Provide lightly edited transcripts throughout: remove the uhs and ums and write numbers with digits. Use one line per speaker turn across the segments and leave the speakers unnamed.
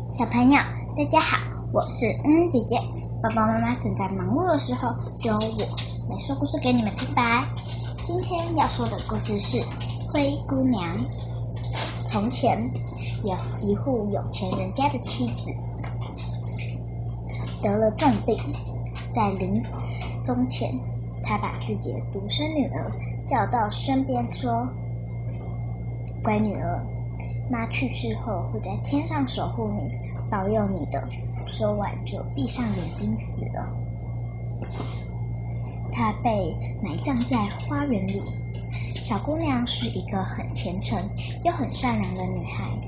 小朋友，大家好，我是姐姐。爸爸妈妈正在忙碌的时候，就由我来说故事给你们听吧。今天要说的故事是灰姑娘。从前有一户有钱人家的妻子得了重病，在临终前，她把自己的独生女儿叫到身边说：“乖女儿，妈去世后会在天上守护你，保佑你的。”说完就闭上眼睛死了。她被埋葬在花园里。小姑娘是一个很虔诚又很善良的女孩，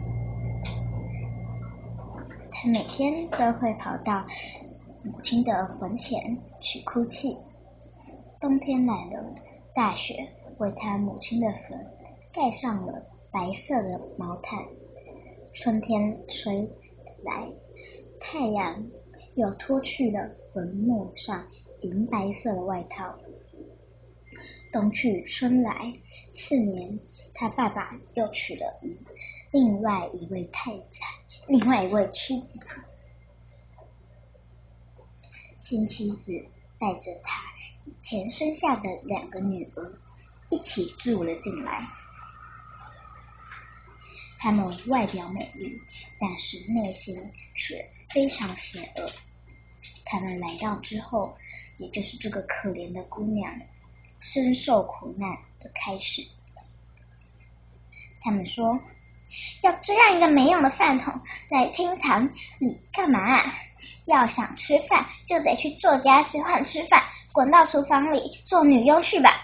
她每天都会跑到母亲的坟前去哭泣。冬天来了，大雪为她母亲的坟盖上了白色的毛毯。春天吹来，太阳又脱去了坟墓上银白色的外套。冬去春来，4年，他爸爸又娶了另外一位妻子。新妻子带着他以前生下的2个女儿一起住了进来。她们外表美丽，但是内心却非常邪恶。她们来到之后，也就是这个可怜的姑娘深受苦难的开始。他们说：“要这样一个没用的饭桶在厅堂里干嘛啊？要想吃饭就得去做家事换吃饭，滚到厨房里做女佣去吧。”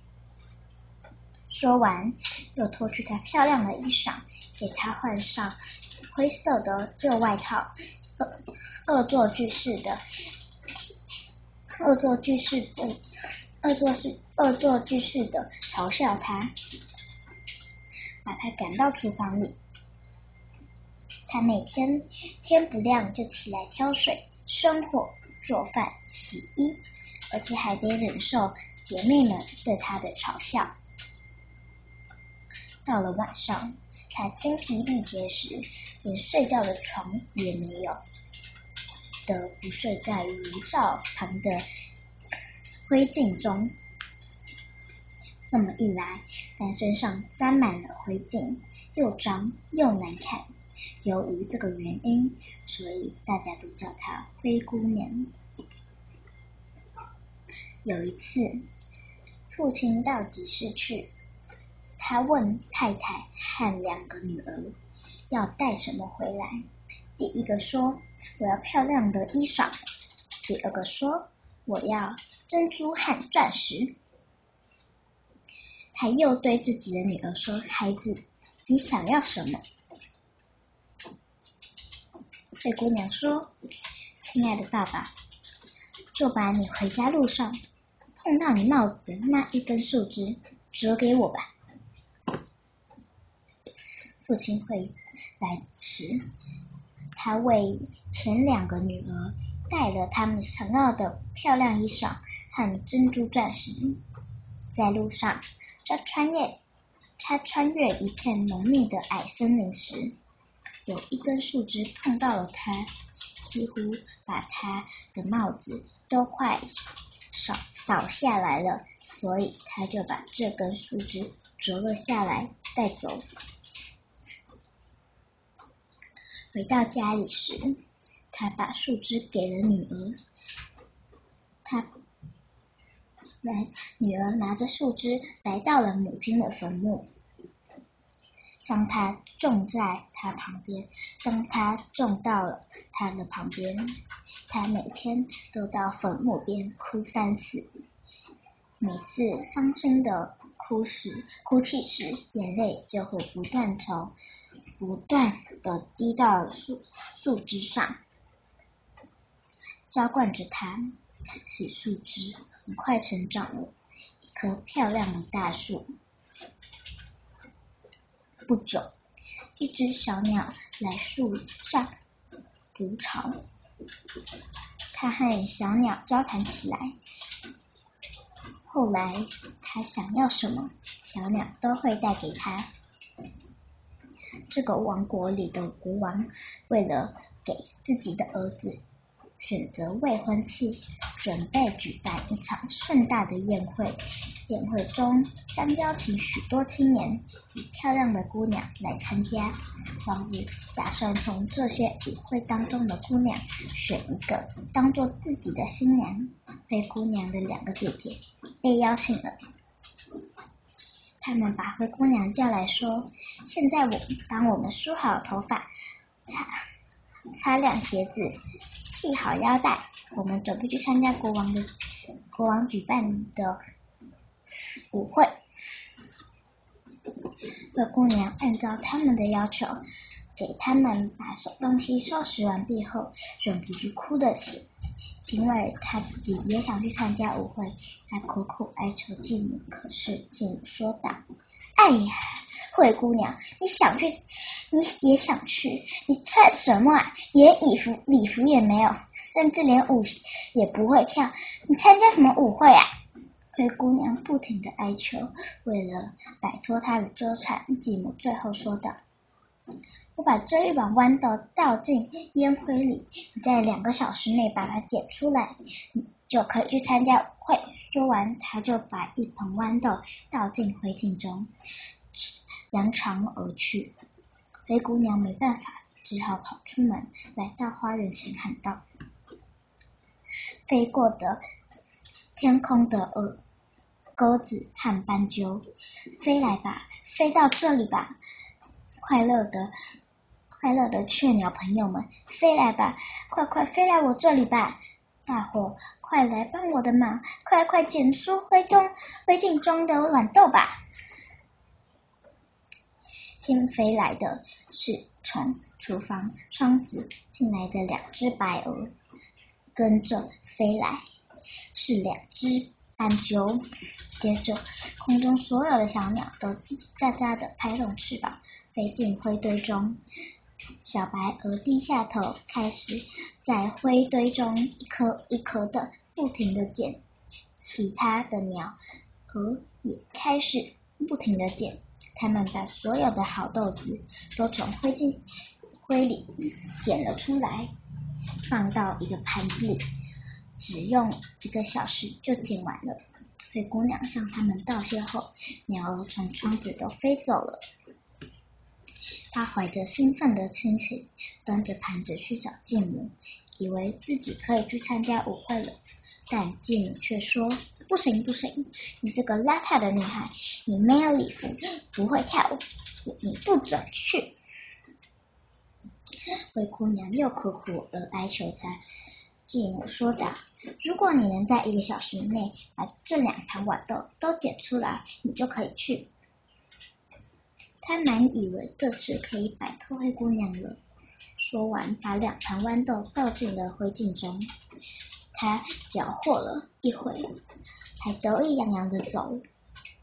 说完，又脱去她漂亮的衣裳，给她换上灰色的旧外套，恶作剧似的嘲笑她，把她赶到厨房里。她每天天不亮就起来挑水、生火、做饭、洗衣，而且还得忍受姐妹们对她的嘲笑。到了晚上，她精疲力竭时，连睡觉的床也没有，得不睡在炉灶旁的灰烬中。这么一来，她身上沾满了灰烬，又脏又难看。由于这个原因，所以大家都叫她灰姑娘。有一次，父亲到集市去，他问太太和2个女儿要带什么回来。第一个说：“我要漂亮的衣裳。”第二个说：“我要珍珠和钻石。”他又对自己的女儿说：“孩子，你想要什么？”灰姑娘说：“亲爱的爸爸，就把你回家路上碰到你帽子的那一根树枝折给我吧。”父亲回来时，他为前2个女儿带了她们想要的漂亮衣裳和珍珠钻石。在路上，他穿越一片浓密的矮森林时，有一根树枝碰到了他，几乎把他的帽子都快扫下来了，所以他就把这根树枝折了下来带走。回到家里时，他把树枝给了女儿。女儿拿着树枝来到了母亲的坟墓，将它种到了她的旁边。她每天都到坟墓边哭3次，每次伤心的哭泣时，眼泪就会不断的滴到树枝上，浇灌着它，使树枝很快成长了一棵漂亮的大树。不久，一只小鸟来树上筑巢，它和小鸟交谈起来。后来，它想要什么，小鸟都会带给它。 这个王国里的国王为了给自己的儿子选择未婚妻，准备举办一场盛大的宴会。宴会中将邀请许多青年及漂亮的姑娘来参加。王子打算从这些舞会当中的姑娘选一个当做自己的新娘。灰姑娘的2个姐姐被邀请了，他们把灰姑娘叫来说：现在帮我们梳好头发，擦亮鞋子，系好腰带，我们准备去参加国王举办的舞会。灰姑娘按照他们的要求，给他们把东西收拾完毕后，忍不住哭了起来，因为她自己也想去参加舞会。她苦苦哀求继母，可是继母说道：哎呀，灰姑娘，你也想去，你穿什么啊？连礼服也没有，甚至连舞也不会跳，你参加什么舞会啊？灰姑娘不停地哀求。为了摆脱她的纠缠，继母最后说道：我把这一碗豌豆倒进烟灰里，你在2个小时内把它捡出来，你就可以去参加舞会。说完，她就把一盆豌豆倒进灰烬中，扬长而去。灰姑娘没办法，只好跑出门，来到花园前喊道：飞过的天空的鸽子和斑鸠，飞来吧，飞到这里吧，快乐的雀鸟朋友们，飞来吧，快飞来我这里吧，大伙快来帮我的忙，快捡出灰烬中的豌豆吧。先飞来的是从厨房窗子进来的2只白鹅，跟着飞来是2只斑鸠，接着空中所有的小鸟都叽叽喳喳的拍动翅膀，飞进灰堆中。小白鹅低下头，开始在灰堆中一颗一颗的不停的捡，其他的鸟鹅也开始不停的捡。他们把所有的好豆子都从灰里捡了出来，放到一个盘子里，只用1个小时就捡完了。灰姑娘向他们道谢后，鸟儿从窗子都飞走了。她怀着兴奋的心情，端着盘子去找继母，以为自己可以去参加舞会了。但继母却说：不行，你这个邋遢的女孩，你没有礼服，不会跳舞，你不准去。灰姑娘又苦苦地哀求她。继母说道：如果你能在1个小时内把这2盘豌豆都捡出来，你就可以去。她满以为这次可以摆脱灰姑娘了，说完把2盘豌豆倒进了灰烬中。她搅和了一会，还得意洋洋地走了。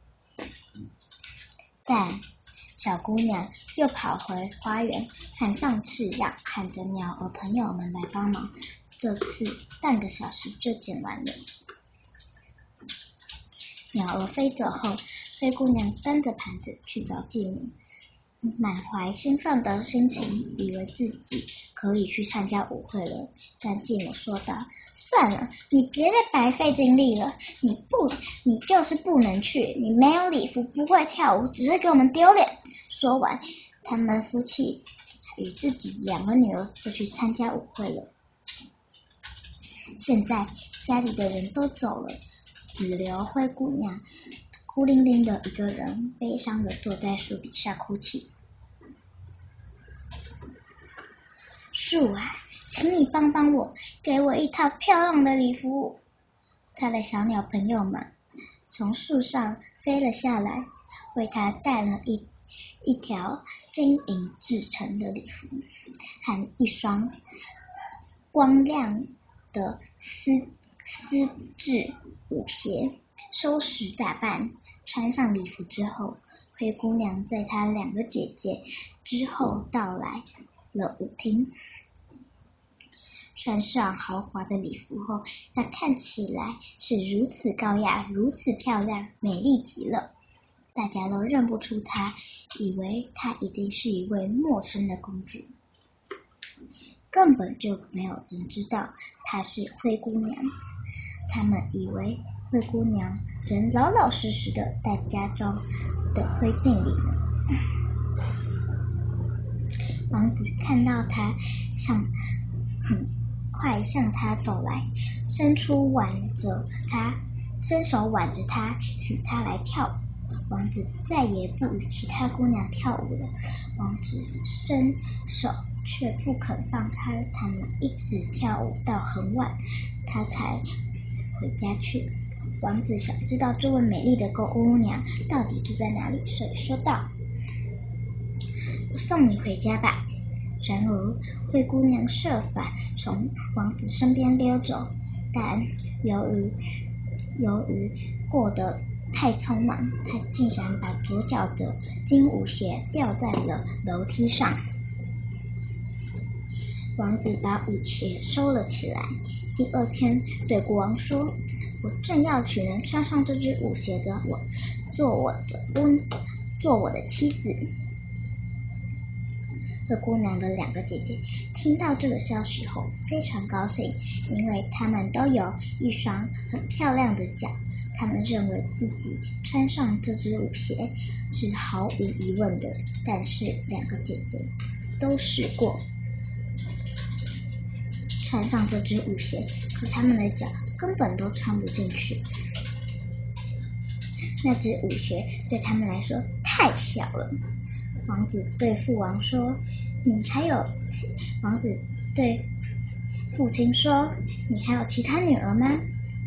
但小姑娘又跑回花园，和上次一样，喊着鸟儿朋友们来帮忙。这次半个小时就捡完了。鸟儿飞走后，灰姑娘端着盘子去找继母，满怀兴奋的心情，以为自己可以去参加舞会了。但继母说道：算了，你别再白费精力了，你就是不能去，你没有礼服，不会跳舞，只会给我们丢脸。说完，他们夫妻与自己2个女儿就去参加舞会了。现在家里的人都走了，只留灰姑娘孤零零的一个人，悲伤的坐在树底下哭泣。树啊，请你帮帮我，给我一套漂亮的礼服。他的小鸟朋友们从树上飞了下来，为他带了一条金银制成的礼服和一双光亮的丝质舞鞋。收拾打扮，穿上礼服之后，灰姑娘在她2个姐姐之后到来了舞厅。穿上豪华的礼服后，她看起来是如此高雅，如此漂亮，美丽极了。大家都认不出她， 以为她一定是一位陌生的公主，根本就没有人知道她是灰姑娘。他们以为灰姑娘人老老实实的在家中的灰烬里呢。王子看到她很快向她走来，伸手挽着她，请她来跳舞。王子再也不与其他姑娘跳舞了，王子伸手却不肯放开他们，一直跳舞到很晚，他才回家去。王子想知道这位美丽的姑娘到底住在哪里，所以说道：我送你回家吧。然而灰姑娘设法从王子身边溜走，但由于过得太匆忙，她竟然把左脚的金舞鞋掉在了楼梯上。王子把舞鞋收了起来，第二天对国王说：我正要娶能穿上这只舞鞋的做我的妻子。灰姑娘的两个姐姐听到这个消息后非常高兴，因为她们都有一双很漂亮的脚，她们认为自己穿上这只舞鞋是毫无疑问的。但是两个姐姐都试过穿上这只舞鞋，可她们的脚根本都穿不进去。那只舞鞋对他们来说太小了。王子对父王说：王子对父亲说：你还有其他女儿吗？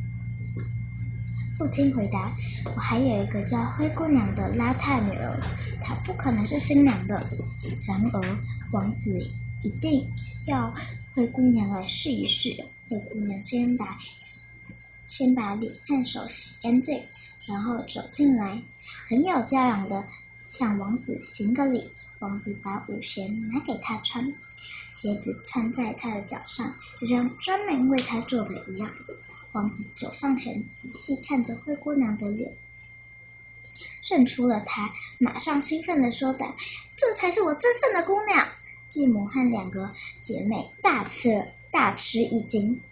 父亲回答：我还有一个叫灰姑娘的邋遢女儿，她不可能是新娘的。然而王子一定要灰姑娘来试一试。灰姑娘先把脸和手洗干净，然后走进来，很有教养的向王子行个礼。王子把舞鞋拿给她穿，鞋子穿在她的脚上，就像专门为她做的一样。王子走上前，仔细看着灰姑娘的脸，认出了她，马上兴奋地说道：这才是我真正的姑娘！继母和两个姐妹大吃一惊。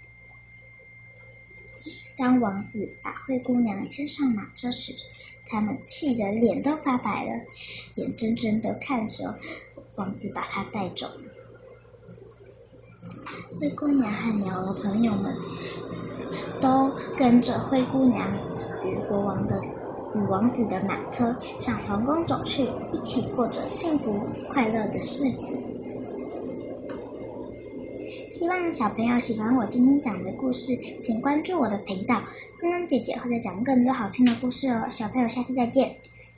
当王子把灰姑娘牵上马车时，他们气得脸都发白了，眼睁睁地看着王子把她带走。灰姑娘和鸟儿朋友们都跟着灰姑娘与王子的马车向皇宫走去，一起过着幸福快乐的日子。希望小朋友喜欢我今天讲的故事，请关注我的频道，公公姐姐会再讲更多好听的故事哦。小朋友下次再见。